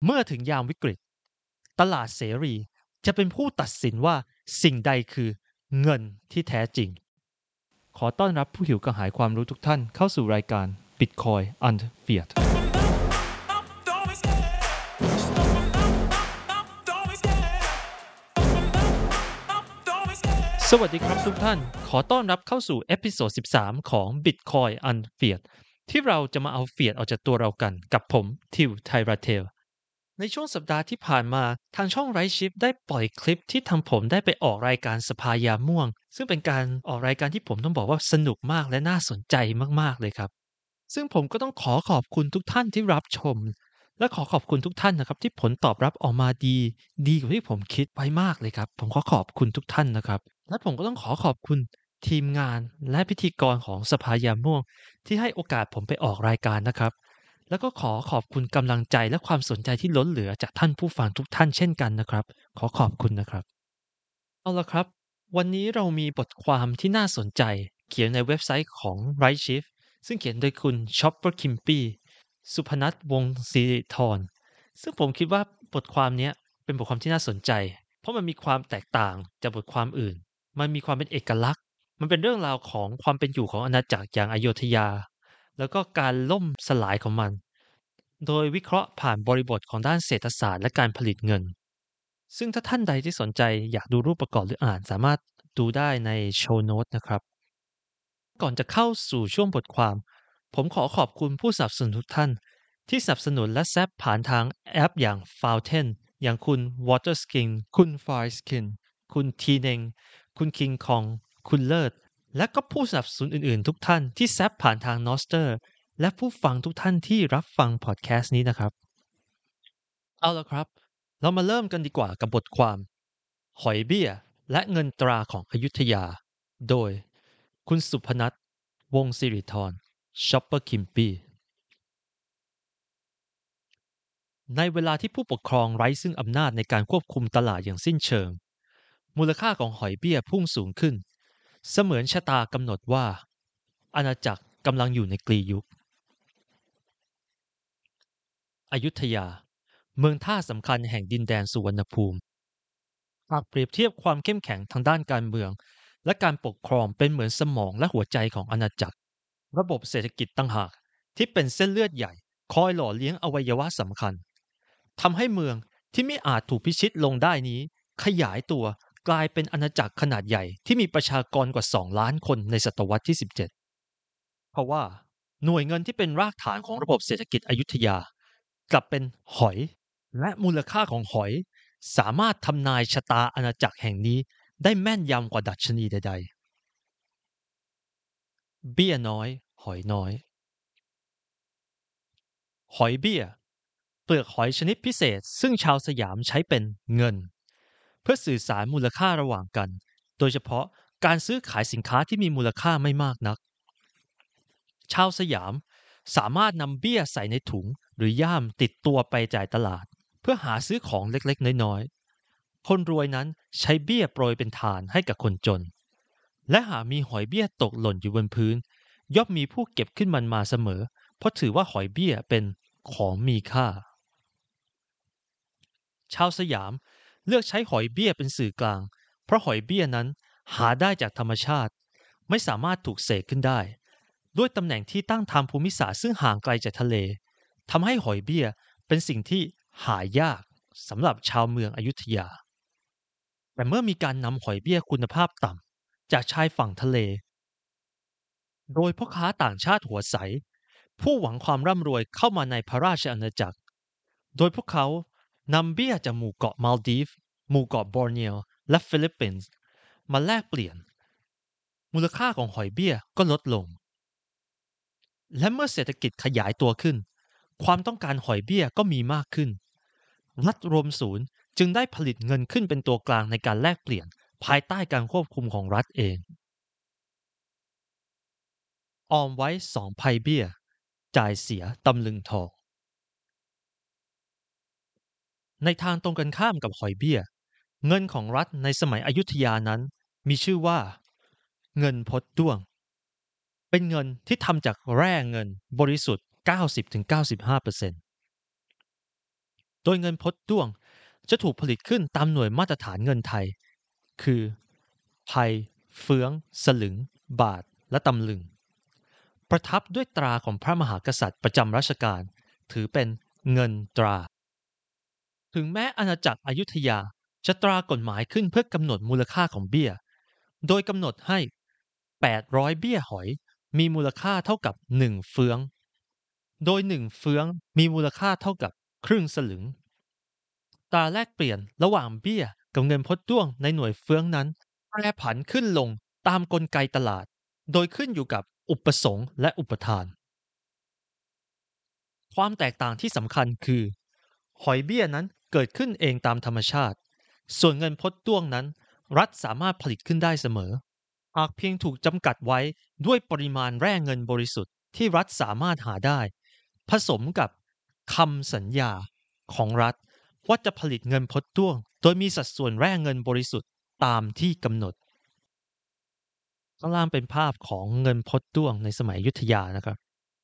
เมื่อถึงยามวิกฤตตลาดเสรีจะเป็นผู้ตัดสินว่าสิ่งใดคือเงินที่แท้จริงขอต้อนรับผู้หิวกระหายความรู้ทุกท่านเข้าสู่รายการ Bitcoin and Fiat สวัสดีครับทุกท่านขอต้อนรับเข้าสู่เอพิโซด13ของ Bitcoin and Fiat ที่เราจะมาเอา Fiat ออกจากตัวเรากันกับผมทิวไทราเทลในช่วงสัปดาห์ที่ผ่านมาทางช่อง Right Shift ได้ปล่อยคลิปที่ทางผมได้ไปออกรายการสภายามม่วงซึ่งเป็นการออกรายการที่ผมต้องบอกว่าสนุกมากและน่าสนใจมากๆเลยครับซึ่งผมก็ต้องขอบคุณทุกท่านที่รับชมและขอบคุณทุกท่านนะครับที่ผลตอบรับออกมาดีกว่าที่ผมคิดไว้มากเลยครับผมขอบคุณทุกท่านนะครับและผมก็ต้องขอบคุณทีมงานและพิธีกรของสภายามม่วงที่ให้โอกาสผมไปออกรายการนะครับแล้วก็ขอบคุณกำลังใจและความสนใจที่ล้นเหลือจากท่านผู้ฟังทุกท่านเช่นกันนะครับขอบคุณนะครับเอาละครับวันนี้เรามีบทความที่น่าสนใจเขียนในเว็บไซต์ของ Right Shift ซึ่งเขียนโดยคุณ Chopper Kimpi สุพนัทวงศ์ศิริธรซึ่งผมคิดว่าบทความนี้เป็นบทความที่น่าสนใจเพราะมันมีความแตกต่างจากบทความอื่นมันมีความเป็นเอกลักษณ์มันเป็นเรื่องราวของความเป็นอยู่ของอาณาจักรอย่างอโยธยาแล้วก็การล่มสลายของมันโดยวิเคราะห์ผ่านบริบทของด้านเศรษฐศาสตร์และการผลิตเงินซึ่งถ้าท่านใดที่สนใจอยากดูรูปประกอบหรืออ่านสามารถดูได้ในโชว์โน้ตนะครับก่อนจะเข้าสู่ช่วงบทความผมขอบคุณผู้สนับสนุนทุกท่านที่สนับสนุนและแซปผ่านทางแอปอย่าง Fountain อย่างคุณ Waterskin คุณ Fireskin คุณทีเนงคุณ King Kong คุณเลิศและก็ผู้สนับสนุนอื่นๆทุกท่านที่แซปผ่านทาง Nostr และผู้ฟังทุกท่านที่รับฟังพอดแคสต์นี้นะครับเอาละครับเรามาเริ่มกันดีกว่ากับบทความหอยเบี้ยและเงินตราของอยุธยาโดยคุณสุพนัทวงศ์ศิริธรช็อปเปอร์คิมปี้ในเวลาที่ผู้ปกครองไร้ซึ่งอำนาจในการควบคุมตลาดอย่างสิ้นเชิงมูลค่าของหอยเบี้ยพุ่งสูงขึ้นเสมือนชะตากำหนดว่าอาณาจักรกำลังอยู่ในกลียุคอยุธยาเมืองท่าสำคัญแห่งดินแดนสุวรรณภูมิหากเปรียบเทียบความเข้มแข็งทางด้านการเมืองและการปกครองเป็นเหมือนสมองและหัวใจของอาณาจักรระบบเศรษฐกิจต่างหากที่เป็นเส้นเลือดใหญ่คอยหล่อเลี้ยงอวัยวะสำคัญทำให้เมืองที่ไม่อาจถูกพิชิตลงได้นี้ขยายตัวกลายเป็นอาณาจักรขนาดใหญ่ที่มีประชากรกว่า2 ล้านคนในศตวรรษที่17เพราะว่าหน่วยเงินที่เป็นรากฐานของระบบเศรษฐกิจอยุธยากลับเป็นหอยและมูลค่าของหอยสามารถทำนายชะตาอาณาจักรแห่งนี้ได้แม่นยำกว่าดัชนีใดๆเบี้ยน้อยหอยน้อยหอยเบี้ยเปลือกหอยชนิดพิเศษซึ่งชาวสยามใช้เป็นเงินเพื่อสื่อสารมูลค่าระหว่างกันโดยเฉพาะการซื้อขายสินค้าที่มีมูลค่าไม่มากนักชาวสยามสามารถนำเบี้ยใส่ในถุงหรือย่ามติดตัวไปจ่ายตลาดเพื่อหาซื้อของเล็กๆน้อยๆคนรวยนั้นใช้เบี้ยโปรยเป็นทานให้กับคนจนและหากมีหอยเบี้ยตกหล่นอยู่บนพื้นย่อมมีผู้เก็บขึ้นมันมาเสมอเพราะถือว่าหอยเบี้ยเป็นของมีค่าชาวสยามเลือกใช้หอยเบี้ยเป็นสื่อกลางเพราะหอยเบี้ยนั้นหาได้จากธรรมชาติไม่สามารถถูกเสกขึ้นได้ด้วยตำแหน่งที่ตั้งทางภูมิศาสตร์ซึ่งห่างไกลจากทะเลทำให้หอยเบี้ยเป็นสิ่งที่หายากสำหรับชาวเมืองอยุธยาแต่เมื่อมีการนำหอยเบี้ยคุณภาพต่ำจากชายฝั่งทะเลโดยพ่อค้าต่างชาติหัวใสผู้หวังความร่ำรวยเข้ามาในพระราชอาณาจักรโดยพวกเขานำเบี้ยจากหมู่เกาะมาลดีฟหมู่เกาะบอร์เนียวและฟิลิปปินส์มาแลกเปลี่ยนมูลค่าของหอยเบี้ยก็ลดลงและเมื่อเศรษฐกิจขยายตัวขึ้นความต้องการหอยเบี้ยก็มีมากขึ้นรัฐรวมศูนย์จึงได้ผลิตเงินขึ้นเป็นตัวกลางในการแลกเปลี่ยนภายใต้การควบคุมของรัฐเองออมไว้2 ไพเบี้ยจ่ายเสียตำลึงทองในทางตรงกันข้ามกับหอยเบี้ยเงินของรัฐในสมัยอยุธยานั้นมีชื่อว่าเงินพดด้วงเป็นเงินที่ทำจากแร่เงินบริสุทธิ์90-95%เปอร์เซ็นต์โดยเงินพดด้วงจะถูกผลิตขึ้นตามหน่วยมาตรฐานเงินไทยคือไทยเฟื้องสลึงบาทและตำลึงประทับด้วยตราของพระมหากษัตริย์ประจำรัชกาลถือเป็นเงินตราถึงแม้อาณาจักรอยุธยาจะตรากฎหมายขึ้นเพื่อกำหนดมูลค่าของเบี้ยโดยกำหนดให้800เบี้ยหอยมีมูลค่าเท่ากับ1เฟื้องโดย1เฟื้องมีมูลค่าเท่ากับครึ่งสลึงตราแลกเปลี่ยนระหว่างเบี้ยกับเงินพดด้วงในหน่วยเฟื้องนั้นแปรผันขึ้นลงตามกลไกตลาดโดยขึ้นอยู่กับอุปสงค์และอุปทานความแตกต่างที่สำคัญคือหอยเบี้ยนั้นเกิดขึ้นเองตามธรรมชาติส่วนเงินพดด้วงนั้นรัฐสามารถผลิตขึ้นได้เสมอหากเพียงถูกจำกัดไว้ด้วยปริมาณแร่เงินบริสุทธิ์ที่รัฐสามารถหาได้ผสมกับคำสัญญาของรัฐว่าจะผลิตเงินพดด้วงโดยมีสัดส่วนแร่เงินบริสุทธิ์ตามที่กำหนดข้างล่างเป็นภาพของเงินพดด้วงในสมัยอยุธยานะครับ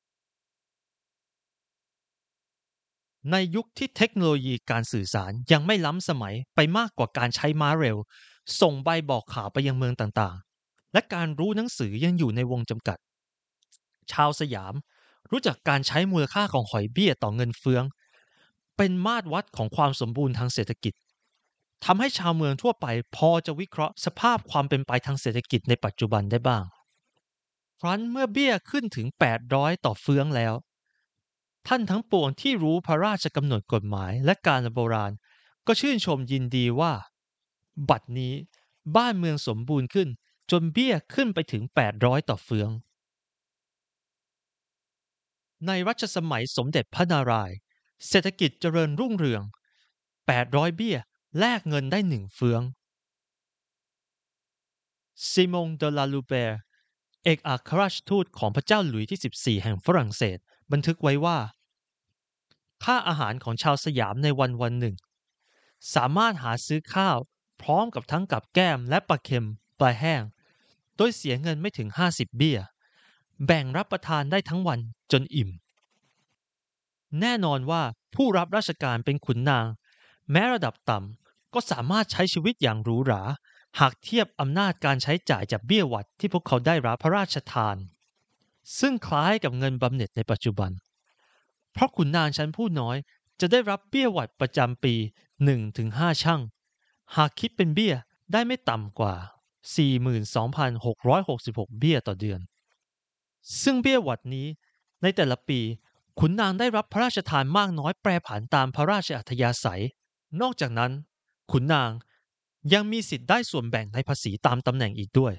ในยุคที่เทคโนโลยีการสื่อสารยังไม่ล้ำสมัยไปมากกว่าการใช้ม้าเร็วส่งใบบอกข่าวไปยังเมืองต่างๆและการรู้หนังสือยังอยู่ในวงจำกัดชาวสยามรู้จักการใช้มูลค่าของหอยเบี้ยต่อเงินเฟ้องเป็นมาตรวัดของความสมบูรณ์ทางเศรษฐกิจทำให้ชาวเมืองทั่วไปพอจะวิเคราะห์สภาพความเป็นไปทางเศรษฐกิจในปัจจุบันได้บ้างครั้นเมื่อเบี้ยขึ้นถึง800ต่อเฟื้องแล้วท่านทั้งปวงที่รู้พระราชกำหนดกฎหมายและการโบราณก็ชื่นชมยินดีว่าบัดนี้บ้านเมืองสมบูรณ์ขึ้นจนเบี้ยขึ้นไปถึง800ต่อเฟื้องในรัชสมัยสมเด็จพระนารายณ์เศรษฐกิจเจริญรุ่งเรือง800เบี้ยแลกเงินได้1เฟื้องซิมงเดลาลูเบร์เอกอัครราชทูตของพระเจ้าหลุยส์ที่14แห่งฝรั่งเศสบันทึกไว้ว่าค่าอาหารของชาวสยามในวันหนึ่งสามารถหาซื้อข้าวพร้อมกับทั้งกับแก้มและปลาเค็มปลาแห้งโดยเสียเงินไม่ถึง50เบี้ยแบ่งรับประทานได้ทั้งวันจนอิ่มแน่นอนว่าผู้รับราชการเป็นขุนนางแม้ระดับต่ำก็สามารถใช้ชีวิตอย่างหรูหราหากเทียบอำนาจการใช้จ่ายจากเบี้ยหวัดที่พวกเขาได้รับพระราชทานซึ่งคล้ายกับเงินบำเหน็จในปัจจุบันเพราะขุนนางชั้นผู้น้อยจะได้รับเบี้ยหวัดประจำปี1-5ชั่งหากคิดเป็นเบี้ยได้ไม่ต่ำกว่า 42,666 เบี้ยต่อเดือนซึ่งเบี้ยหวัดนี้ในแต่ละปีขุนนางได้รับพระราชทานมากน้อยแปรผันตามพระราชอัธยาศัยนอกจากนั้นขุนนางยังมีสิทธิ์ได้ส่วนแบ่งในภาษีตามตำแหน่งอีกด้วย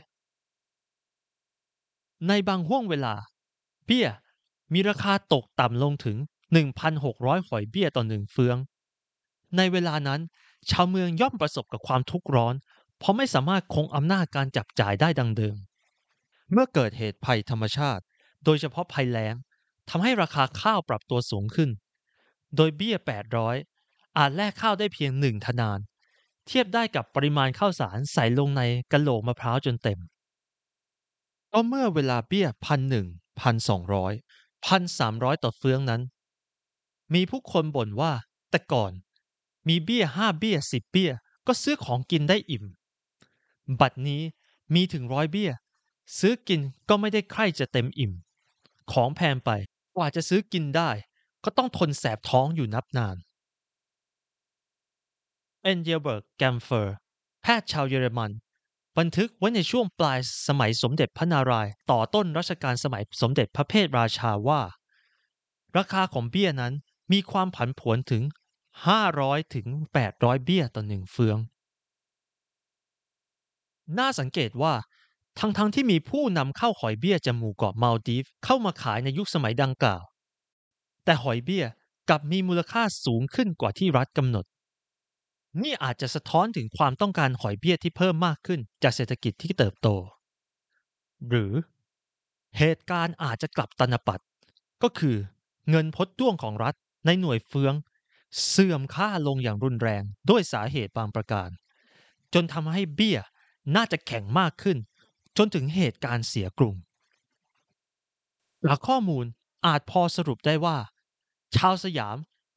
ในบางห่วงเวลาเบี้ยมีราคาตกต่ำลงถึง 1,600 หอยเบี้ยต่อ1เฟืองในเวลานั้นชาวเมืองย่อมประสบกับความทุกข์ร้อนเพราะไม่สามารถคงอำนาจการจับจ่ายได้ดังเดิมเมื่อเกิดเหตุภัยธรรมชาติโดยเฉพาะภัยแล้งทำให้ราคาข้าวปรับตัวสูงขึ้นโดยเบี้ย800อาจแลกข้าวได้เพียง1 ธนานเทียบได้กับปริมาณข้าวสารใส่ลงในกะโหลกมะพร้าวจนเต็มก็เมื่อเวลาเบี้ย1,100 1,200 1,300ต่อเฟื้องนั้นมีผู้คนบ่นว่าแต่ก่อนมีเบี้ย5เบี้ย10เบี้ยก็ซื้อของกินได้อิ่มบัดนี้มีถึง100เบี้ยซื้อกินก็ไม่ได้ใคร่จะเต็มอิ่มของแพงไปกว่าจะซื้อกินได้ก็ต้องทนแสบท้องอยู่นับนานเอ็นเยลเบิร์กแกมเฟอร์แพทย์ชาวเยอรมันบันทึกไว้ในช่วงปลายสมัยสมเด็จพระนารายณ์ต่อต้นรัชกาลสมัยสมเด็จพระเพทราชาว่าราคาของเบี้ยนั้นมีความผันผวนถึง500ถึง800เบี้ยต่อ1เฟืองน่าสังเกตว่าทั้งที่มีผู้นำเข้าหอยเบี้ยจากหมู่เกาะมาลดีฟเข้ามาขายในยุคสมัยดังกล่าวแต่หอยเบี้ยกลับมีมูลค่าสูงขึ้นกว่าที่รัฐกำหนดนี่อาจจะสะท้อนถึงความต้องการหอยเบี้ยที่เพิ่มมากขึ้นจากเศรษฐกิจที่เติบโตหรือเหตุการณ์อาจจะกลับตนปัตรก็คือเงินพดด้วงของรัฐในหน่วยเฟืองเสื่อมค่าลงอย่างรุนแรงด้วยสาเหตุบางประการจนทำให้เบี้ยน่าจะแข็งมากขึ้นจนถึงเหตุการณ์เสียกรุงหลักข้อมูลอาจพอสรุปได้ว่าชาวสยามก็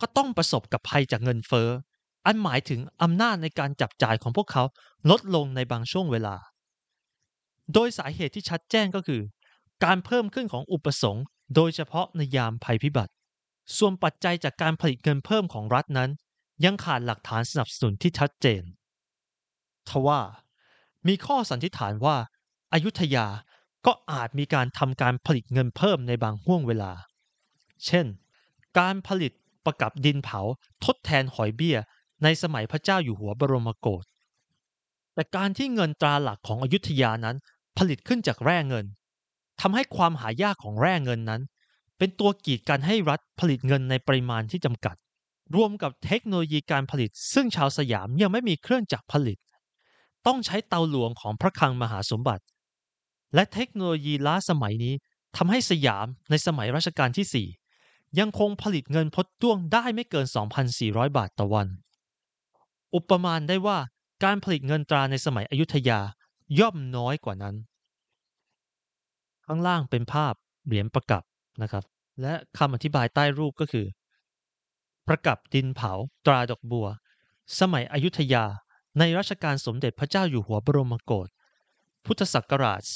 ก็ต้องประสบกับภัยจากเงินเฟ้ออันหมายถึงอำนาจในการจับจ่ายของพวกเขาลดลงในบางช่วงเวลาโดยสาเหตุที่ชัดแจ้งก็คือการเพิ่มขึ้นของอุปสงค์โดยเฉพาะในยามภัยพิบัติส่วนปัจจัยจากการผลิตเงินเพิ่มของรัฐนั้นยังขาดหลักฐานสนับสนุนที่ชัดเจนทว่ามีข้อสันนิษฐานว่าอยุธยาก็อาจมีการทำการผลิตเงินเพิ่มในบางห่วงเวลาเช่นการผลิตประกับดินเผาทดแทนหอยเบี้ยในสมัยพระเจ้าอยู่หัวบรมโกศแต่การที่เงินตราหลักของอยุธยานั้นผลิตขึ้นจากแร่เงินทำให้ความหายากของแร่เงินนั้นเป็นตัวกีดกันให้รัฐผลิตเงินในปริมาณที่จำกัดรวมกับเทคโนโลยีการผลิตซึ่งชาวสยามยังไม่มีเครื่องจักรผลิตต้องใช้เตาหลวงของพระคลังมหาสมบัติและเทคโนโลยีล้าสมัยนี้ทำให้สยามในสมัยรัชกาลที่4ยังคงผลิตเงินพดด้วงได้ไม่เกิน 2,400 บาทต่อวันอุปมาณได้ว่าการผลิตเงินตราในสมัยอยุธยาย่อมน้อยกว่านั้นข้างล่างเป็นภาพเหรียญประกับนะครับและคำอธิบายใต้รูปก็คือประกับดินเผาตราดอกบัวสมัยอยุธยาในรัชกาลสมเด็จพระเจ้าอยู่หัวบรมโกศพุทธศักราช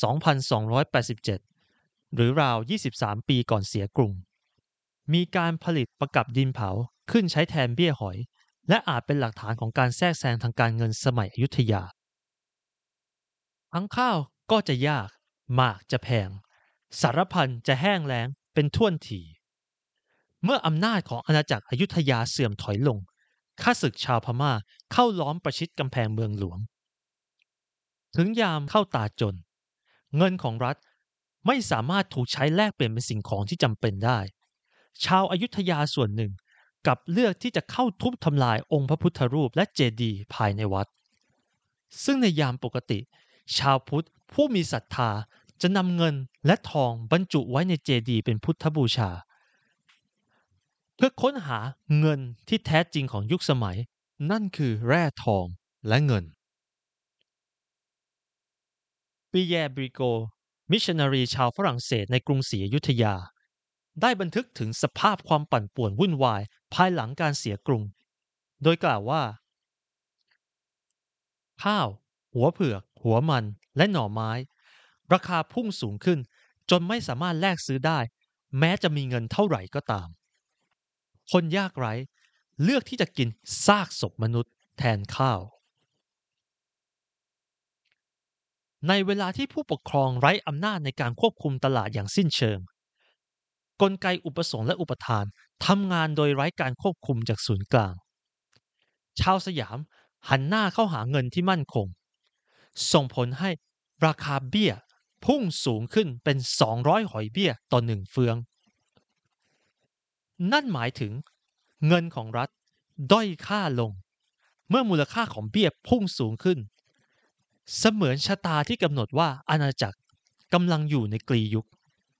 2287 หรือราว 23 ปีก่อนเสียกรุงมีการผลิตประกับดินเผาขึ้นใช้แทนเบี้ยหอยและอาจเป็นหลักฐานของการแทรกแซงทางการเงินสมัยอยุธยาทั้งข้าวก็จะยากหมากจะแพงสารพันจะแห้งแล้งเป็นท่วนทีเมื่ออำนาจของอาณาจักรอยุธยาเสื่อมถอยลงข้าศึกชาวพม่าเข้าล้อมประชิดกำแพงเมืองหลวงถึงยามเข้าตาจนเงินของรัฐไม่สามารถถูกใช้แลกเปลี่ยนเป็นสิ่งของที่จำเป็นได้ชาวอยุธยาส่วนหนึ่งกลับเลือกที่จะเข้าทุบทำลายองค์พระพุทธรูปและเจดีย์ภายในวัดซึ่งในยามปกติชาวพุทธผู้มีศรัทธาจะนำเงินและทองบรรจุไว้ในเจดีย์เป็นพุทธบูชาเพื่อค้นหาเงินที่แท้จริงของยุคสมัยนั่นคือแร่ทองและเงินปีแยร์บริโกมิชชันนารีชาวฝรั่งเศสในกรุงศรีอยุธยาได้บันทึกถึงสภาพความปั่นป่วนวุ่นวายภายหลังการเสียกรุงโดยกล่าวว่าข้าวหัวเผือกหัวมันและหน่อไม้ราคาพุ่งสูงขึ้นจนไม่สามารถแลกซื้อได้แม้จะมีเงินเท่าไหร่ก็ตามคนยากไร้เลือกที่จะกินซากศพมนุษย์แทนข้าวในเวลาที่ผู้ปกครองไร้อำนาจในการควบคุมตลาดอย่างสิ้นเชิงกลไกอุปสงค์และอุปทานทำงานโดยไร้การควบคุมจากศูนย์กลางชาวสยามหันหน้าเข้าหาเงินที่มั่นคงส่งผลให้ราคาเบี้ยพุ่งสูงขึ้นเป็น200หอยเบี้ยต่อ1เฟืองนั่นหมายถึงเงินของรัฐด้อยค่าลงเมื่อมูลค่าของเบี้ยพุ่งสูงขึ้นเสมือนชะตาที่กำหนดว่าอาณาจักรกำลังอยู่ในกลียุค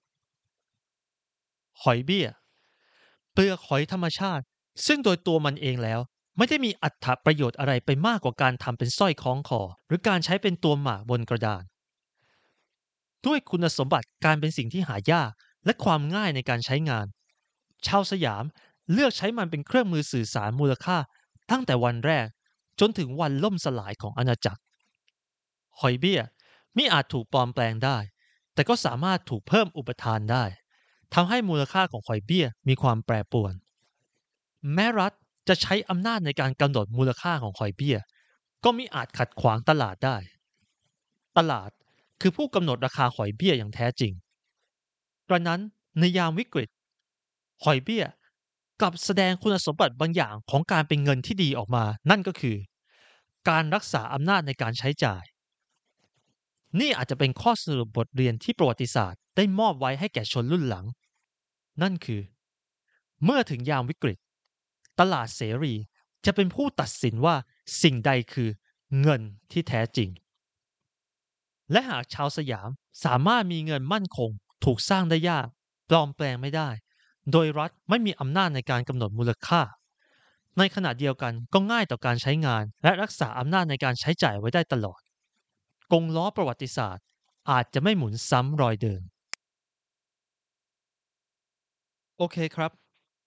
หอยเบี้ยเปลือกหอยธรรมชาติซึ่งโดยตัวมันเองแล้วไม่ได้มีอรรถประโยชน์อะไรไปมากกว่าการทำเป็นสร้อยคล้องคอหรือการใช้เป็นตัวหมากบนกระดานด้วยคุณสมบัติการเป็นสิ่งที่หายากและความง่ายในการใช้งานชาวสยามเลือกใช้มันเป็นเครื่องมือสื่อสารมูลค่าตั้งแต่วันแรกจนถึงวันล่มสลายของอาณาจักรหอยเบี้ยมิอาจถูกปลอมแปลงได้แต่ก็สามารถถูกเพิ่มอุปทานได้ทำให้มูลค่าของหอยเบี้ยมีความแปรปรวนแม้รัฐจะใช้อำนาจในการกำหนดมูลค่าของหอยเบี้ยก็มิอาจขัดขวางตลาดได้ตลาดคือผู้กำหนดราคาหอยเบี้ยอย่างแท้จริงกระนั้นในยามวิกฤตหอยเบี้ยกลับแสดงคุณสมบัติบางอย่างของการเป็นเงินที่ดีออกมานั่นก็คือการรักษาอำนาจในการใช้จ่ายนี่อาจจะเป็นข้อสรุปบทเรียนที่ประวัติศาสตร์ได้มอบไว้ให้แก่ชนรุ่นหลังนั่นคือเมื่อถึงยามวิกฤตตลาดเสรีจะเป็นผู้ตัดสินว่าสิ่งใดคือเงินที่แท้จริงและหากชาวสยามสามารถมีเงินมั่นคงถูกสร้างได้ยากปลอมแปลงไม่ได้โดยรัฐไม่มีอำนาจในการกำหนดมูลค่าในขณะเดียวกันก็ง่ายต่อการใช้งานและรักษาอำนาจในการใช้จ่ายไว้ได้ตลอดกงล้อประวัติศาสตร์อาจจะไม่หมุนซ้ำรอยเดิมโอเคครับ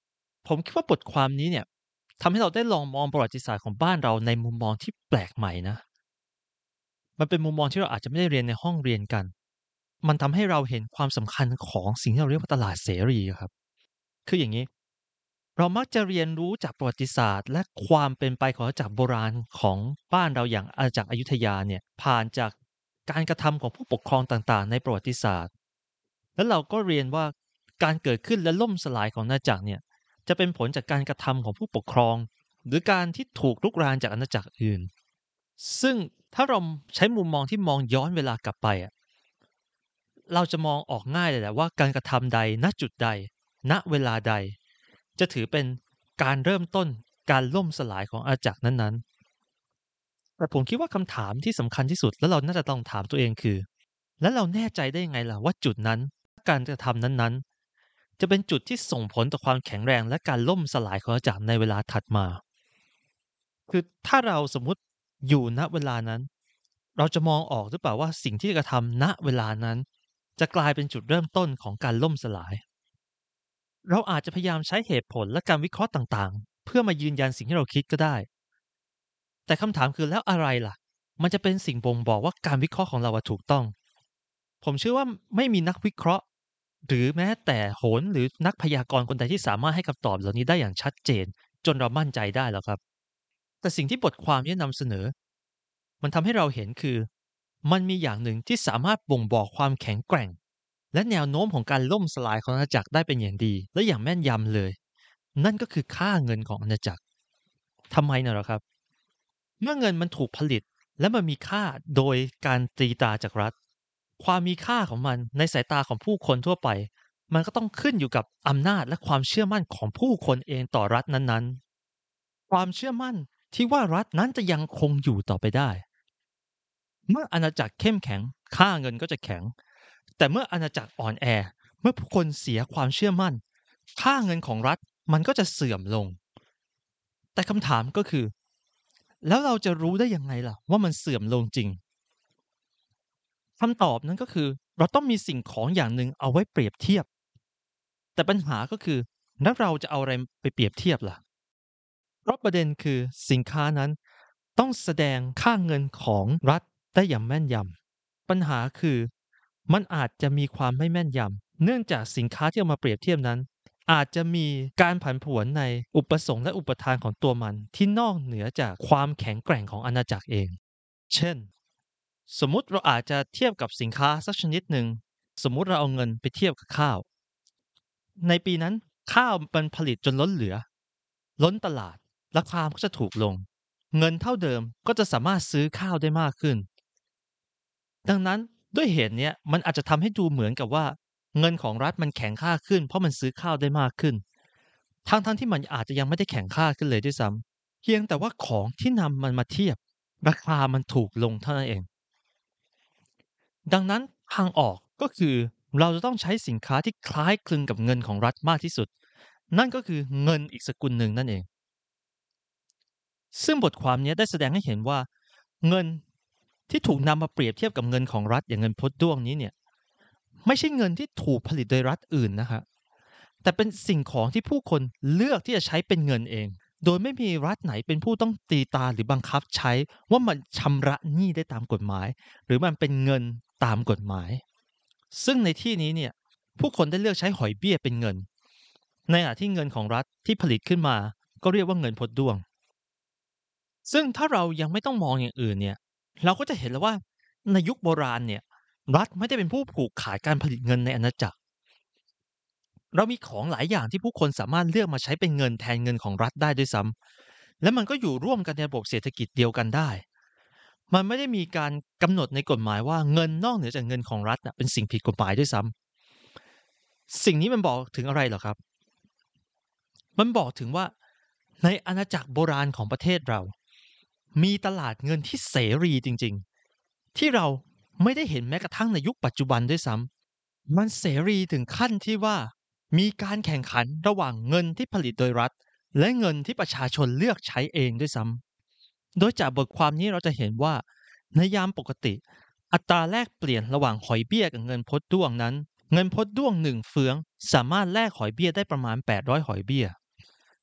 ผมคิดว่าบทความนี้เนี่ยทำให้เราได้ลองมองประวัติศาสตร์ของบ้านเราในมุมมองที่แปลกใหม่นะมันเป็นมุมมองที่เราอาจจะไม่ได้เรียนในห้องเรียนกันมันทำให้เราเห็นความสำคัญของสิ่งที่เราเรียกว่าตลาดเสรีอะครับคืออย่างงี้เรามักจะเรียนรู้จากประวัติศาสตร์และความเป็นไปของอาณาจักรโบราณของบ้านเราอย่างอาณาจักรอยุธยาเนี่ยผ่านจากการกระทำของผู้ปกครองต่างๆในประวัติศาสตร์แล้วเราก็เรียนว่าการเกิดขึ้นและล่มสลายของอาณาจักรเนี่ยจะเป็นผลจากการกระทำของผู้ปกครองหรือการที่ถูกรุกรานจากอาณาจักรอื่นซึ่งถ้าเราใช้มุมมองที่มองย้อนเวลากลับไปอะเราจะมองออกง่ายเลยแหละว่าการกระทำใดณจุดใดณเวลาใดจะถือเป็นการเริ่มต้นการล่มสลายของอาณาจักรนั้นๆแต่ผมคิดว่าคำถามที่สำคัญที่สุดแล้วเราน่าจะต้องถามตัวเองคือแล้วเราแน่ใจได้ยังไงล่ะว่าจุดนั้นการกระทำนั้นๆจะเป็นจุดที่ส่งผลต่อความแข็งแรงและการล่มสลายของอาณาจักรในเวลาถัดมาคือถ้าเราสมมุติอยู่ณเวลานั้นเราจะมองออกหรือเปล่าว่าสิ่งที่กระทำณเวลานั้นจะกลายเป็นจุดเริ่มต้นของการล่มสลาย เราอาจจะพยายามใช้เหตุผลและการวิเคราะห์ต่างๆเพื่อมายืนยันสิ่งที่เราคิดก็ได้แต่คำถามคือแล้วอะไรล่ะมันจะเป็นสิ่งบ่งบอกว่าการวิเคราะห์ของเราถูกต้องผมเชื่อว่าไม่มีนักวิเคราะห์หรือแม้แต่โหรหรือนักพยากรณ์คนใดที่สามารถให้คำตอบเหล่านี้ได้อย่างชัดเจนจนเรามั่นใจได้หรอกครับแต่สิ่งที่บทความนี้นำเสนอมันทำให้เราเห็นคือมันมีอย่างหนึ่งที่สามารถบ่งบอกความแข็งแกร่งและแนวโน้มของการล่มสลายของอาณาจักรได้เป็นอย่างดีและอย่างแม่นยำเลย นั่นก็คือค่าเงินของอาณาจักรทำไมน่ะเหรอครับเมื่อเงินมันถูกผลิตและมันมีค่าโดยการตีตราจากรัฐความมีค่าของมันในสายตาของผู้คนทั่วไปมันก็ต้องขึ้นอยู่กับอำนาจและความเชื่อมั่นของผู้คนเองต่อรัฐนั้นๆความเชื่อมั่นที่ว่ารัฐนั้นจะยังคงอยู่ต่อไปได้เมื่ออาณาจักรเข้มแข็งค่าเงินก็จะแข็งแต่เมื่ออาณาจักรอ่อนแอเมื่อผู้คนเสียความเชื่อมั่นค่าเงินของรัฐมันก็จะเสื่อมลง แต่คำถามก็คือแล้วเราจะรู้ได้ยังไงล่ะว่ามันเสื่อมลงจริงคำตอบนั้นก็คือเราต้องมีสิ่งของอย่างหนึ่งเอาไว้เปรียบเทียบแต่ปัญหาก็คือแล้วเราจะเอาอะไรไปเปรียบเทียบล่ะเพราะประเด็นคือสินค้านั้นต้องแสดงค่าเงินของรัฐได้อย่างแม่นยำปัญหาคือมันอาจจะมีความไม่แม่นยำเนื่องจากสินค้าที่เอามาเปรียบเทียบนั้นอาจจะมีการผันผวนในอุปสงค์และอุปทานของตัวมันที่นอกเหนือจากความแข็งแกร่งของอาณาจักรเองเช่นสมมุติเราอาจจะเทียบกับสินค้าสักชนิดหนึ่งสมมุติเราเอาเงินไปเทียบกับข้าวในปีนั้นข้าวมันผลิตจนล้นเหลือล้นตลาดราคาก็จะถูกลงเงินเท่าเดิมก็จะสามารถซื้อข้าวได้มากขึ้นดังนั้นด้วยเหตุเนี้ยมันอาจจะทำให้ดูเหมือนกับว่าเงินของรัฐมันแข็งค่าขึ้นเพราะมันซื้อข้าวได้มากขึ้นทั้งที่มันอาจจะยังไม่ได้แข็งค่าขึ้นเลยด้วยซ้ำเพียงแต่ว่าของที่นำมันมาเทียบราคามันถูกลงเท่านั้นเอง ดังนั้นทางออกก็คือเราจะต้องใช้สินค้าที่คล้ายคลึงกับเงินของรัฐมากที่สุดนั่นก็คือเงินอีกสกุลหนึ่งนั่นเองซึ่งบทความนี้ได้แสดงให้เห็นว่าเงินที่ถูกนำมาเปรียบเทียบกับเงินของรัฐอย่างเงินพดด้วงนี้เนี่ยไม่ใช่เงินที่ถูกผลิตโดยรัฐอื่นนะครับแต่เป็นสิ่งของที่ผู้คนเลือกที่จะใช้เป็นเงินเองโดยไม่มีรัฐไหนเป็นผู้ต้องตีตาหรือบังคับใช้ว่ามันชำระหนี้ได้ตามกฎหมายหรือมันเป็นเงินตามกฎหมาย ซึ่งในที่นี้เนี่ยผู้คนได้เลือกใช้หอยเบี้ยเป็นเงินในขณะที่เงินของรัฐที่ผลิตขึ้นมาก็เรียกว่าเงินพดด้วงซึ่งถ้าเรายังไม่ต้องมองอย่างอื่นเนี่ยเราก็จะเห็นแล้วว่าในยุคโบราณเนี่ยรัฐไม่ได้เป็นผู้ผูกขาดการผลิตเงินในอาณาจักรเรามีของหลายอย่างที่ผู้คนสามารถเลือกมาใช้เป็นเงินแทนเงินของรัฐได้ด้วยซ้ำและมันก็อยู่ร่วมกันในระบบเศรษฐกิจเดียวกันได้มันไม่ได้มีการกำหนดในกฎหมายว่าเงินนอกเหนือจากเงินของรัฐเป็นสิ่งผิดกฎหมายด้วยซ้ำสิ่งนี้มันบอกถึงอะไรเหรอครับ มันบอกถึงว่าในอาณาจักรโบราณของประเทศเรา มีตลาดเงินที่เสรีจริงๆ ที่เราไม่ได้เห็นแม้กระทั่งในยุคปัจจุบันด้วยซ้ำมันเสรีถึงขั้นที่ว่ามีการแข่งขันระหว่างเงินที่ผลิตโดยรัฐและเงินที่ประชาชนเลือกใช้เองด้วยซ้ำโดยจากบทความนี้เราจะเห็นว่าในยามปกติอัตราแลกเปลี่ยนระหว่างหอยเบี้ยกับเงินพดด้วงนั้นเงินพดด้วง1 เฟื้องสามารถแลกหอยเบี้ยได้ประมาณ800หอยเบี้ย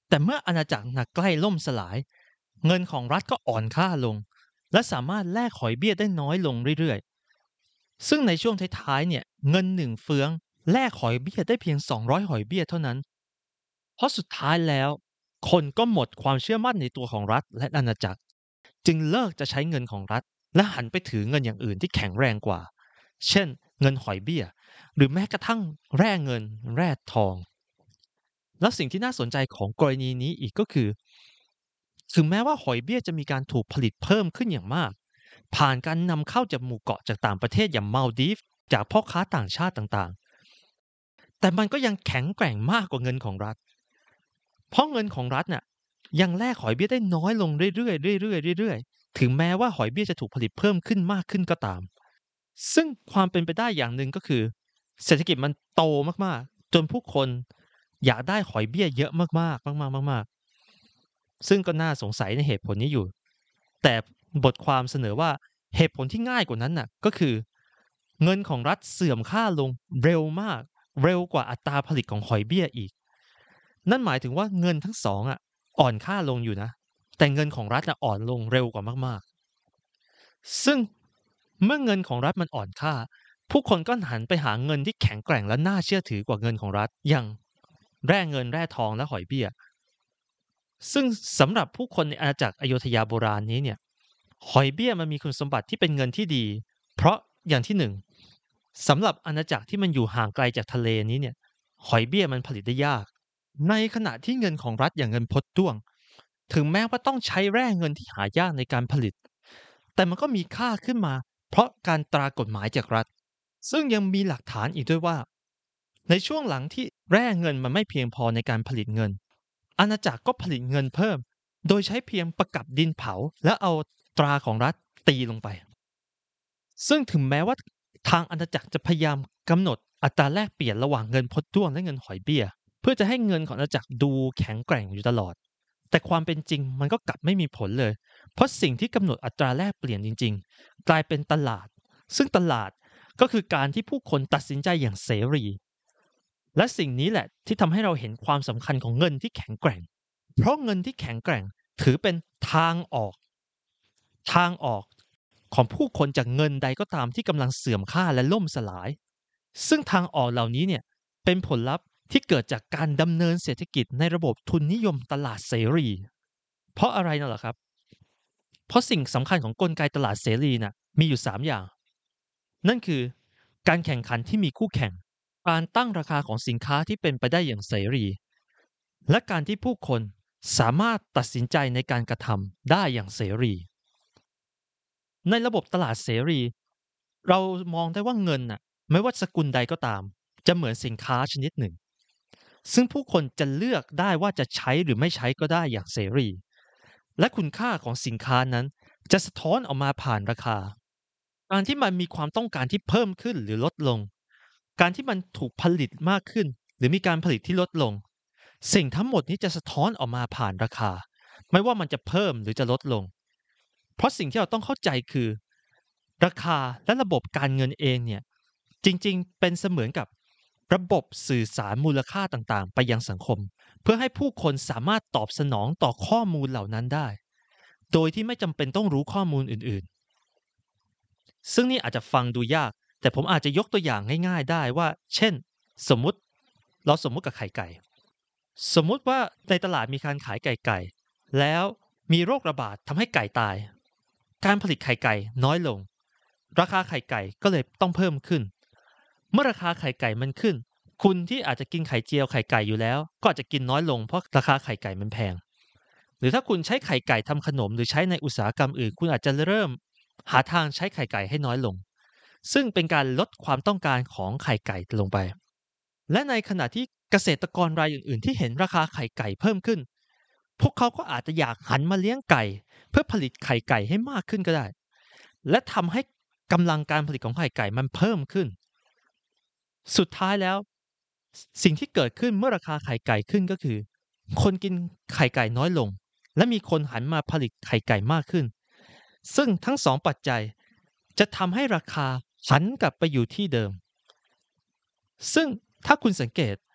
แต่เมื่ออาณาจักรใกล้ล่มสลายเงินของรัฐก็อ่อนค่าลงและสามารถแลกหอยเบี้ยได้น้อยลงเรื่อยๆซึ่งในช่วงท้ายๆเนี่ยเงินหนึ่งเฟื้องแลกหอยเบี้ยได้เพียง200หอยเบี้ยเท่านั้นเพราะสุดท้ายแล้วคนก็หมดความเชื่อมั่นในตัวของรัฐและอาณาจักรจึงเลิกจะใช้เงินของรัฐและหันไปถือเงินอย่างอื่นที่แข็งแรงกว่าเช่นเงินหอยเบี้ยหรือแม้กระทั่งแร่เงินแร่ทองแล้วสิ่งที่น่าสนใจของกรณีนี้อีกก็คือถึงแม้ว่าหอยเบี้ยจะมีการถูกผลิตเพิ่มขึ้นอย่างมากผ่านการนำเข้าจากหมู่เกาะจากต่างประเทศอย่างมาลดีฟจากพ่อค้าต่างชาติต่างๆแต่มันก็ยังแข็งแกร่งมากกว่าเงินของรัฐเพราะเงินของรัฐเนี่ยยังแลกหอยเบี้ยได้น้อยลงเรื่อยๆเรื่อยๆเรื่อยๆถึงแม้ว่าหอยเบี้ยจะถูกผลิตเพิ่มขึ้นมากขึ้นก็ตามซึ่งความเป็นไปได้อย่างหนึ่งก็คือเศรษฐกิจมันโตมากๆจนผู้คนอยากได้หอยเบี้ยเยอะมากๆมากๆๆ ซึ่งก็น่าสงสัยในเหตุผลนี้อยู่ แต่บทความเสนอว่าเหตุผลที่ง่ายกว่านั้นน่ะก็คือเงินของรัฐเสื่อมค่าลงเร็วมากเร็วกว่าอัตราผลิตของหอยเบี้ยอีกนั่นหมายถึงว่าเงินทั้งสองอ่ะอ่อนค่าลงอยู่นะแต่เงินของรัฐน่ะอ่อนลงเร็วกว่ามากๆซึ่งเมื่อเงินของรัฐมันอ่อนค่าผู้คนก็หันไปหาเงินที่แข็งแกร่งและน่าเชื่อถือกว่าเงินของรัฐอย่างแร่เงินแร่ทองและหอยเบี้ย ซึ่งสำหรับผู้คนในอาณาจักรอโยธยาโบราณนี้เนี่ยหอยเบี้ยมันมีคุณสมบัติที่เป็นเงินที่ดีเพราะอย่างที่หนึ่งสำหรับอาณาจักรที่มันอยู่ห่างไกลจากทะเลนี้เนี่ยหอยเบี้ยมันผลิตได้ยากในขณะที่เงินของรัฐอย่างเงินพดด้วงถึงแม้ว่าต้องใช้แร่เงินที่หายากในการผลิตแต่มันก็มีค่าขึ้นมาเพราะการตรากฎหมายจากรัฐซึ่งยังมีหลักฐานอีกด้วยว่าในช่วงหลังที่แร่เงินมันไม่เพียงพอในการผลิตเงิน อาณาจักรก็ผลิตเงินเพิ่มโดยใช้เพียงประกับดินเผาและเอาตราของรัฐตีลงไปซึ่งถึงแม้ว่าทางอาณาจักรจะพยายามกำหนดอัตราแลกเปลี่ยนระหว่างเงินพดด้วงและเงินหอยเบี้ยเพื่อจะให้เงินของอาณาจักรดูแข็งแกร่งอยู่ตลอดแต่ความเป็นจริงมันก็กลับไม่มีผลเลยเพราะสิ่งที่กำหนดอัตราแลกเปลี่ยนจริงๆกลายเป็นตลาดซึ่งตลาดก็คือการที่ผู้คนตัดสินใจอย่างเสรีและสิ่งนี้แหละที่ทำให้เราเห็นความสำคัญของเงินที่แข็งแกร่ง เพราะเงินที่แข็งแกร่งถือเป็นทางออกทางออกของผู้คนจากเงินใดก็ตามที่กำลังเสื่อมค่าและล่มสลายซึ่งทางออกเหล่านี้เนี่ยเป็นผลลัพธ์ที่เกิดจากการดำเนินเศรษฐกิจในระบบทุนนิยมตลาดเสรีเพราะอะไรน่ะเหรอครับเพราะสิ่งสำคัญของกลไกตลาดเสรีน่ะมีอยู่3อย่างนั่นคือการแข่งขันที่มีคู่แข่งการตั้งราคาของสินค้าที่เป็นไปได้อย่างเสรี และการที่ผู้คนสามารถตัดสินใจในการกระทำได้อย่างเสรีในระบบตลาดเสรีเรามองได้ว่าเงินน่ะไม่ว่าสกุลใดก็ตามจะเหมือนสินค้าชนิดหนึ่งซึ่งผู้คนจะเลือกได้ว่าจะใช้หรือไม่ใช้ก็ได้อย่างเสรีและคุณค่าของสินค้านั้นจะสะท้อนออกมาผ่านราคาการที่มันมีความต้องการที่เพิ่มขึ้นหรือลดลงการที่มันถูกผลิตมากขึ้นหรือมีการผลิตที่ลดลง สิ่งทั้งหมดนี้จะสะท้อนออกมาผ่านราคาไม่ว่ามันจะเพิ่มหรือจะลดลงเพราะสิ่งที่เราต้องเข้าใจคือราคาและระบบการเงินเองเนี่ยจริงๆเป็นเสมือนกับระบบสื่อสารมูลค่าต่างๆไปยังสังคมเพื่อให้ผู้คนสามารถตอบสนองต่อข้อมูลเหล่านั้นได้โดยที่ไม่จำเป็นต้องรู้ข้อมูลอื่นๆซึ่งนี่อาจจะฟังดูยากแต่ผมอาจจะยกตัวอย่างง่ายๆได้ว่าเช่นสมมุติเราสมมุติกับไข่ไก่ สมมุติว่าในตลาดมีการขายไก่ไก่แล้วมีโรคระบาดทำให้ไก่ตายการผลิตไข่ไก่น้อยลงราคาไข่ไก่ก็เลยต้องเพิ่มขึ้นเมื่อราคาไข่ไก่มันขึ้นคุณที่อาจจะกินไข่เจียวไข่ไก่อยู่แล้วก็อาจจะกินน้อยลงเพราะราคาไข่ไก่มันแพงหรือถ้าคุณใช้ไข่ไก่ทำขนมหรือใช้ในอุตสาหกรรมอื่นคุณอาจจะเริ่มหาทางใช้ไข่ไก่ให้น้อยลงซึ่งเป็นการลดความต้องการของไข่ไก่ลงไป และในขณะที่เกษตรกรรายอื่นๆที่เห็นราคาไข่ไก่เพิ่มขึ้น พวกเขาก็อาจจะอยากหันมาเลี้ยงไก่เพื่อผลิตไข่ไก่ให้มากขึ้นก็ได้ และทำให้กำลังการผลิตของไข่ไก่มันเพิ่มขึ้น สุดท้ายแล้วสิ่งที่เกิดขึ้นเมื่อราคาไข่ไก่ขึ้นก็คือคนกินไข่ไก่น้อยลง และมีคนหันมาผลิตไข่ไก่มากขึ้น ซึ่งทั้งสองปัจจัยจะทำให้ราคาหันกลับไปอยู่ที่เดิม ซึ่งถ้าคุณสังเกต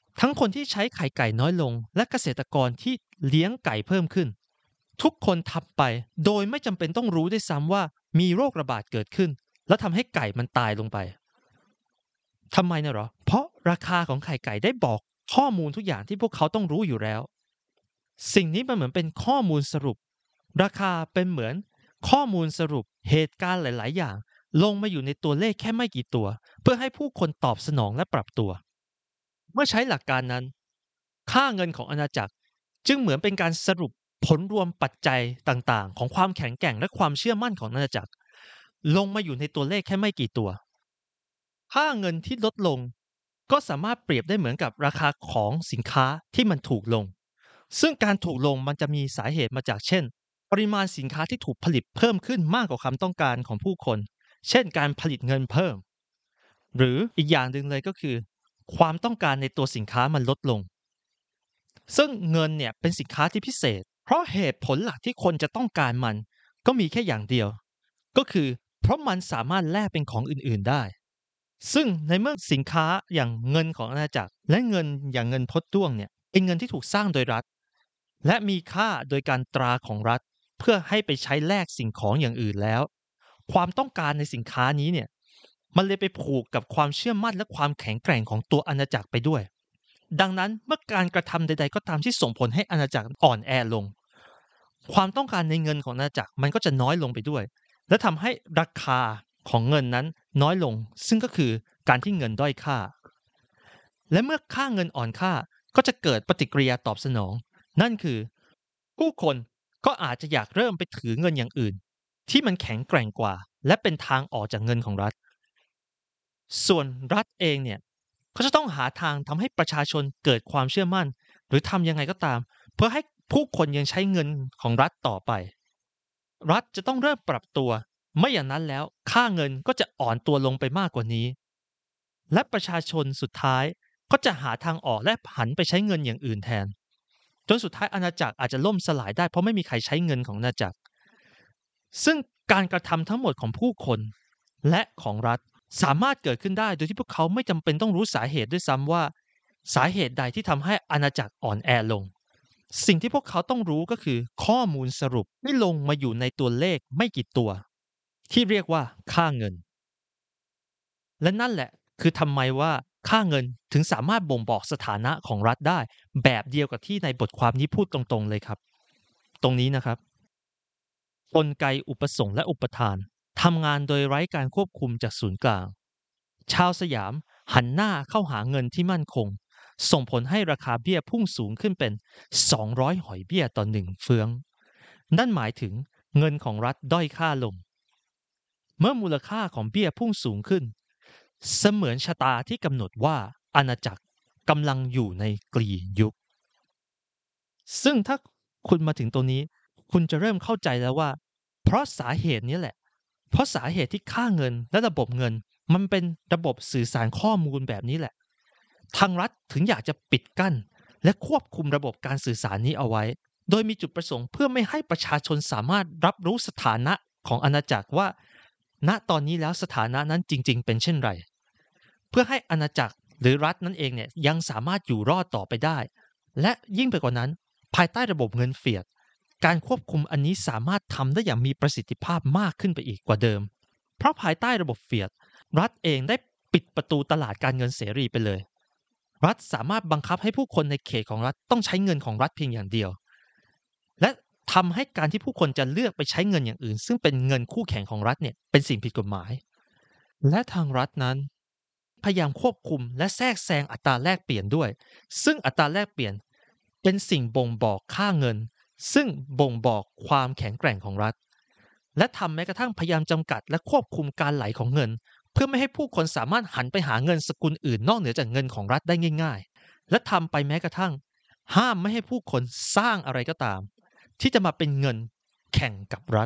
ทั้งคนที่ใช้ไข่ไก่น้อยลงและเกษตรกรที่เลี้ยงไก่เพิ่มขึ้นทุกคนทำไปโดยไม่จำเป็นต้องรู้ด้วยซ้ำว่ามีโรคระบาดเกิดขึ้นแล้วทำให้ไก่มันตายลงไปทำไมนะเหรอเพราะราคาของไข่ไก่ได้บอกข้อมูลทุกอย่างที่พวกเขาต้องรู้อยู่แล้วสิ่งนี้มันเหมือนเป็นข้อมูลสรุปราคาเป็นเหมือนข้อมูลสรุปเหตุการณ์หลายๆอย่างลงมาอยู่ในตัวเลขแค่ไม่กี่ตัวเพื่อให้ผู้คนตอบสนองและปรับตัวเมื่อใช้หลักการนั้นค่าเงินของอาณาจักรจึงเหมือนเป็นการสรุปผลรวมปัจจัยต่างๆของความแข็งแกร่งและความเชื่อมั่นของอาณาจักรลงมาอยู่ในตัวเลขแค่ไม่กี่ตัวค่าเงินที่ลดลงก็สามารถเปรียบได้เหมือนกับราคาของสินค้าที่มันถูกลงซึ่งการถูกลงมันจะมีสาเหตุมาจากเช่นปริมาณสินค้าที่ถูกผลิตเพิ่มขึ้นมากกว่าความต้องการของผู้คนเช่นการผลิตเงินเพิ่มหรืออีกอย่างหนึ่งเลยก็คือความต้องการในตัวสินค้ามันลดลงซึ่งเงินเนี่ยเป็นสินค้าที่พิเศษเพราะเหตุผลหลักที่คนจะต้องการมันก็มีแค่อย่างเดียวก็คือเพราะมันสามารถแลกเป็นของอื่นๆได้ซึ่งในเมื่อสินค้าอย่างเงินของอาณาจักรและเงินอย่างเงินพดด้วงเนี่ยเป็นเงินที่ถูกสร้างโดยรัฐและมีค่าโดยการตราของรัฐเพื่อให้ไปใช้แลกสิ่งของอย่างอื่นแล้วความต้องการในสินค้านี้เนี่ยมันเลยไปผูกกับความเชื่อมั่นและความแข็งแกร่งของตัวอาณาจักรไปด้วยดังนั้นเมื่อการกระทำใดๆก็ตามที่ส่งผลให้อาณาจักรอ่อนแอลงความต้องการในเงินของอาณาจักรมันก็จะน้อยลงไปด้วยและทำให้ราคาของเงินนั้นน้อยลงซึ่งก็คือการที่เงินด้อยค่าและเมื่อค่าเงินอ่อนค่าก็จะเกิดปฏิกิริยาตอบสนองนั่นคือผู้คนก็อาจจะอยากเริ่มไปถือเงินอย่างอื่นที่มันแข็งแกร่งกว่าและเป็นทางออกจากเงินของรัฐส่วนรัฐเองเนี่ยก็จะต้องหาทางทำให้ประชาชนเกิดความเชื่อมั่นหรือทำยังไงก็ตามเพื่อให้ผู้คนยังใช้เงินของรัฐต่อไปรัฐจะต้องเริ่มปรับตัวไม่อย่างนั้นแล้วค่าเงินก็จะอ่อนตัวลงไปมากกว่านี้และประชาชนสุดท้ายก็จะหาทางออกและหันไปใช้เงินอย่างอื่นแทนจนสุดท้ายอาณาจักรอาจจะล่มสลายได้เพราะไม่มีใครใช้เงินของอาณาจักรซึ่งการกระทำทั้งหมดของผู้คนและของรัฐสามารถเกิดขึ้นได้โดยที่พวกเขาไม่จำเป็นต้องรู้สาเหตุด้วยซ้ำว่าสาเหตุใดที่ทำให้อาณาจักรอ่อนแอลงสิ่งที่พวกเขาต้องรู้ก็คือข้อมูลสรุปที่ลงมาอยู่ในตัวเลขไม่กี่ตัวที่เรียกว่าค่าเงินและนั่นแหละคือทำไมว่าค่าเงินถึงสามารถบ่งบอกสถานะของรัฐได้แบบเดียวกับที่ในบทความนี้พูดตรงๆเลยครับตรงนี้นะครับกลไกอุปสงค์และอุปทานทำงานโดยไร้การควบคุมจากศูนย์กลางชาวสยามหันหน้าเข้าหาเงินที่มั่นคงส่งผลให้ราคาเบี้ยพุ่งสูงขึ้นเป็น200หอยเบี้ยต่อ1เฟืองนั่นหมายถึงเงินของรัฐด้อยค่าลงเมื่อมูลค่าของเบี้ยพุ่งสูงขึ้นเสมือนชะตาที่กำหนดว่าอาณาจักรกำลังอยู่ในกลียุคซึ่งถ้าคุณมาถึงตรงนี้คุณจะเริ่มเข้าใจแล้วว่าเพราะสาเหตุนี้แหละเพราะสาเหตุที่ค่าเงินและระบบเงินมันเป็นระบบสื่อสารข้อมูลแบบนี้แหละทางรัฐถึงอยากจะปิดกั้นและควบคุมระบบการสื่อสารนี้เอาไว้โดยมีจุดประสงค์เพื่อไม่ให้ประชาชนสามารถรับรู้สถานะของอาณาจักรว่าณตอนนี้แล้วสถานะนั้นจริงๆเป็นเช่นไรเพื่อให้อาณาจักรหรือรัฐนั่นเองเนี่ยยังสามารถอยู่รอดต่อไปได้และยิ่งไปกว่านั้นภายใต้ระบบเงินเฟียดการควบคุมอันนี้สามารถทำได้อย่างมีประสิทธิภาพมากขึ้นไปอีกกว่าเดิมเพราะภายใต้ระบบเฟียดรัฐเองได้ปิดประตูตลาดการเงินเสรีไปเลยรัฐสามารถบังคับให้ผู้คนในเขตของรัฐต้องใช้เงินของรัฐเพียงอย่างเดียวและทำให้การที่ผู้คนจะเลือกไปใช้เงินอย่างอื่นซึ่งเป็นเงินคู่แข่งของรัฐเนี่ยเป็นสิ่งผิดกฎหมายและทางรัฐนั้นพยายามควบคุมและแทรกแซงอัตราแลกเปลี่ยนด้วยซึ่งอัตราแลกเปลี่ยนเป็นสิ่งบ่งบอกค่าเงินซึ่งบ่งบอกความแข็งแกร่งของรัฐและทำแม้กระทั่งพยายามจำกัดและควบคุมการไหลของเงินเพื่อไม่ให้ผู้คนสามารถหันไปหาเงินสกุลอื่นนอกเหนือจากเงินของรัฐได้ง่ายๆและทำไปแม้กระทั่งห้ามไม่ให้ผู้คนสร้างอะไรก็ตามที่จะมาเป็นเงินแข่งกับรัฐ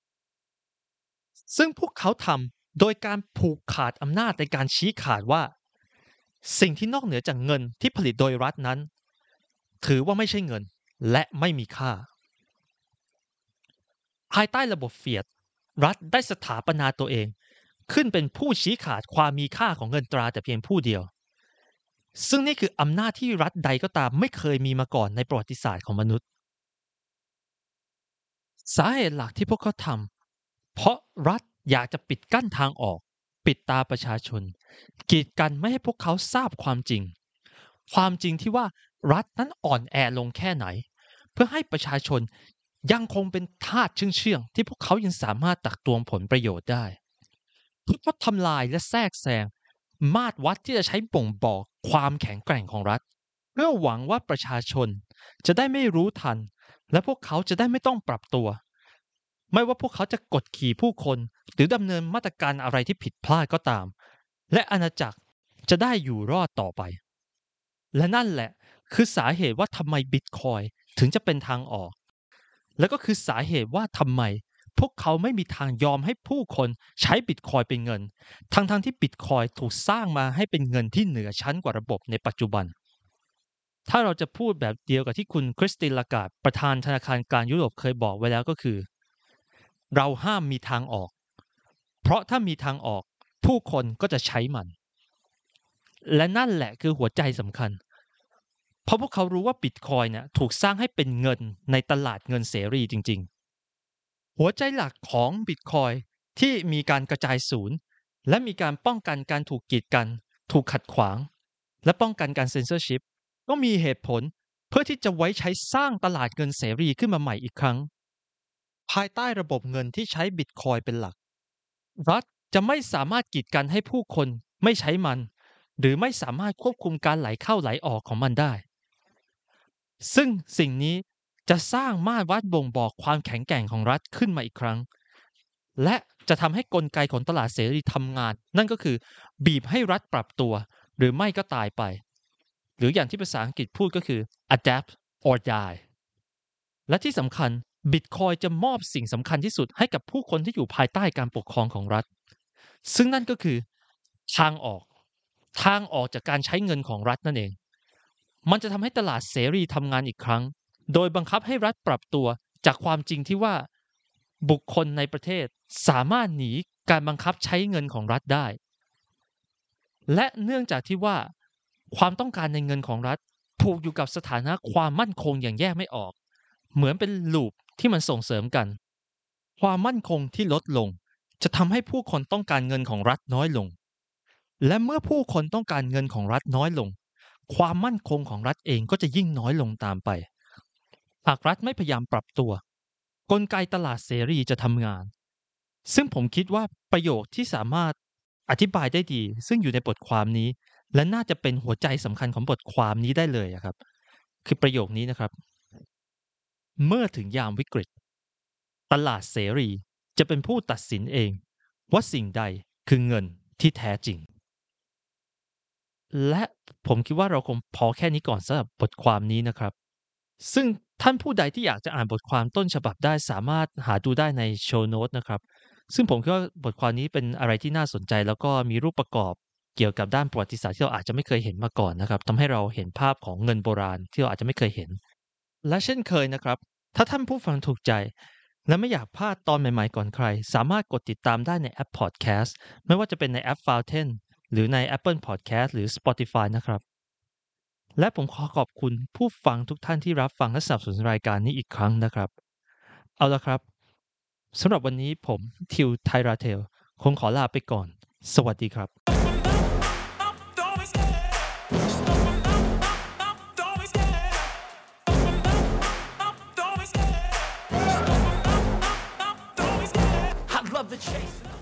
ซึ่งพวกเขาทำโดยการผูกขาดอำนาจในการชี้ขาดว่าสิ่งที่นอกเหนือจากเงินที่ผลิตโดยรัฐนั้นถือว่าไม่ใช่เงินและไม่มีค่าภายใต้ระบบเฟียดรัฐได้สถาปนาตัวเองขึ้นเป็นผู้ชี้ขาดความมีค่าของเงินตราแต่เพียงผู้เดียวซึ่งนี่คืออำนาจที่รัฐใดก็ตามไม่เคยมีมาก่อนในประวัติศาสตร์ของมนุษย์สาเหตุหลักที่พวกเขาทำเพราะรัฐอยากจะปิดกั้นทางออกปิดตาประชาชนกีดกันไม่ให้พวกเขาทราบความจริงที่ว่ารัฐนั้นอ่อนแอลงแค่ไหนเพื่อให้ประชาชนยังคงเป็นทาสเชื่องๆที่พวกเขายังสามารถตักตวงผลประโยชน์ได้พวกเขาทำลายและแทรกแซงมาตรวัดที่จะใช้บ่งบอกความแข็งแกร่งของรัฐเพื่อหวังว่าประชาชนจะได้ไม่รู้ทันและพวกเขาจะได้ไม่ต้องปรับตัวไม่ว่าพวกเขาจะกดขี่ผู้คนหรือดำเนินมาตรการอะไรที่ผิดพลาดก็ตามและอาณาจักรจะได้อยู่รอดต่อไปและนั่นแหละคือสาเหตุว่าทำไมบิตคอยน์ถึงจะเป็นทางออกและก็คือสาเหตุว่าทำไมพวกเขาไม่มีทางยอมให้ผู้คนใช้บิตคอยน์เป็นเงินทั้งที่บิตคอยน์ถูกสร้างมาให้เป็นเงินที่เหนือชั้นกว่าระบบในปัจจุบันถ้าเราจะพูดแบบเดียวกับที่คุณคริสตินลาการ์ดประธานธนาคารกลางยุโรปเคยบอกไว้แล้วก็คือเราห้ามมีทางออกเพราะถ้ามีทางออกผู้คนก็จะใช้มันและนั่นแหละคือหัวใจสำคัญเพราะพวกเขารู้ว่าบิตคอยน์เนี่ยถูกสร้างให้เป็นเงินในตลาดเงินเสรีจริงๆหัวใจหลักของบิตคอยน์ที่มีการกระจายศูนย์และมีการป้องกันการถูกกีดกันถูกขัดขวางและป้องกันการเซ็นเซอร์ชิพก็มีเหตุผลเพื่อที่จะไว้ใช้สร้างตลาดเงินเสรีขึ้นมาใหม่อีกครั้งภายใต้ระบบเงินที่ใช้บิตคอยน์เป็นหลักรัฐจะไม่สามารถกีดกันให้ผู้คนไม่ใช้มันหรือไม่สามารถควบคุมการไหลเข้าไหลออกของมันได้ซึ่งสิ่งนี้จะสร้างมาตรวัดบ่งบอกความแข็งแกร่งของรัฐขึ้นมาอีกครั้งและจะทำให้กลไกของตลาดเสรีทำงานนั่นก็คือบีบให้รัฐปรับตัวหรือไม่ก็ตายไปหรืออย่างที่ภาษาอังกฤษพูดก็คือ adapt or die และที่สำคัญบิตคอยจะมอบสิ่งสำคัญที่สุดให้กับผู้คนที่อยู่ภายใต้การปกครองของรัฐซึ่งนั่นก็คือทางออกจากการใช้เงินของรัฐนั่นเองมันจะทำให้ตลาดเสรีทำงานอีกครั้งโดยบังคับให้รัฐปรับตัวจากความจริงที่ว่าบุคคลในประเทศสามารถหนีการบังคับใช้เงินของรัฐได้และเนื่องจากที่ว่าความต้องการในเงินของรัฐผูกอยู่กับสถานะความมั่นคงอย่างแยกไม่ออกเหมือนเป็นลูปที่มันส่งเสริมกันความมั่นคงที่ลดลงจะทำให้ผู้คนต้องการเงินของรัฐน้อยลงและเมื่อผู้คนต้องการเงินของรัฐน้อยลงความมั่นคงของรัฐเองก็จะยิ่งน้อยลงตามไปหากรัฐไม่พยายามปรับตัวกลไกตลาดเสรีจะทำงานซึ่งผมคิดว่าประโยคที่สามารถอธิบายได้ดีซึ่งอยู่ในบทความนี้และน่าจะเป็นหัวใจสำคัญของบทความนี้ได้เลยครับคือประโยคนี้นะครับเมื่อถึงยามวิกฤตตลาดเสรีจะเป็นผู้ตัดสินเองว่าสิ่งใดคือเงินที่แท้จริงและผมคิดว่าเราคงพอแค่นี้ก่อนสำหรับบทความนี้นะครับซึ่งท่านผู้ใดที่อยากจะอ่านบทความต้นฉบับได้สามารถหาดูได้ในโชว์โน้ตนะครับซึ่งผมคิดว่าบทความนี้เป็นอะไรที่น่าสนใจแล้วก็มีรูปประกอบเกี่ยวกับด้านประวัติศาสตร์ที่เราอาจจะไม่เคยเห็นมาก่อนนะครับทำให้เราเห็นภาพของเงินโบราณที่เราอาจจะไม่เคยเห็นและเช่นเคยนะครับถ้าท่านผู้ฟังถูกใจและไม่อยากพลาดตอนใหม่ๆก่อนใครสามารถกดติดตามได้ในแอป Podcast ไม่ว่าจะเป็นในแอป Fountain หรือใน Apple Podcast หรือ Spotify นะครับและผมขอขอบคุณผู้ฟังทุกท่านที่รับฟังและสนับสนุนรายการนี้อีกครั้งนะครับเอาละครับสำหรับวันนี้ผมทิวไทราเทลคงขอลาไปก่อนสวัสดีครับ Love the chase.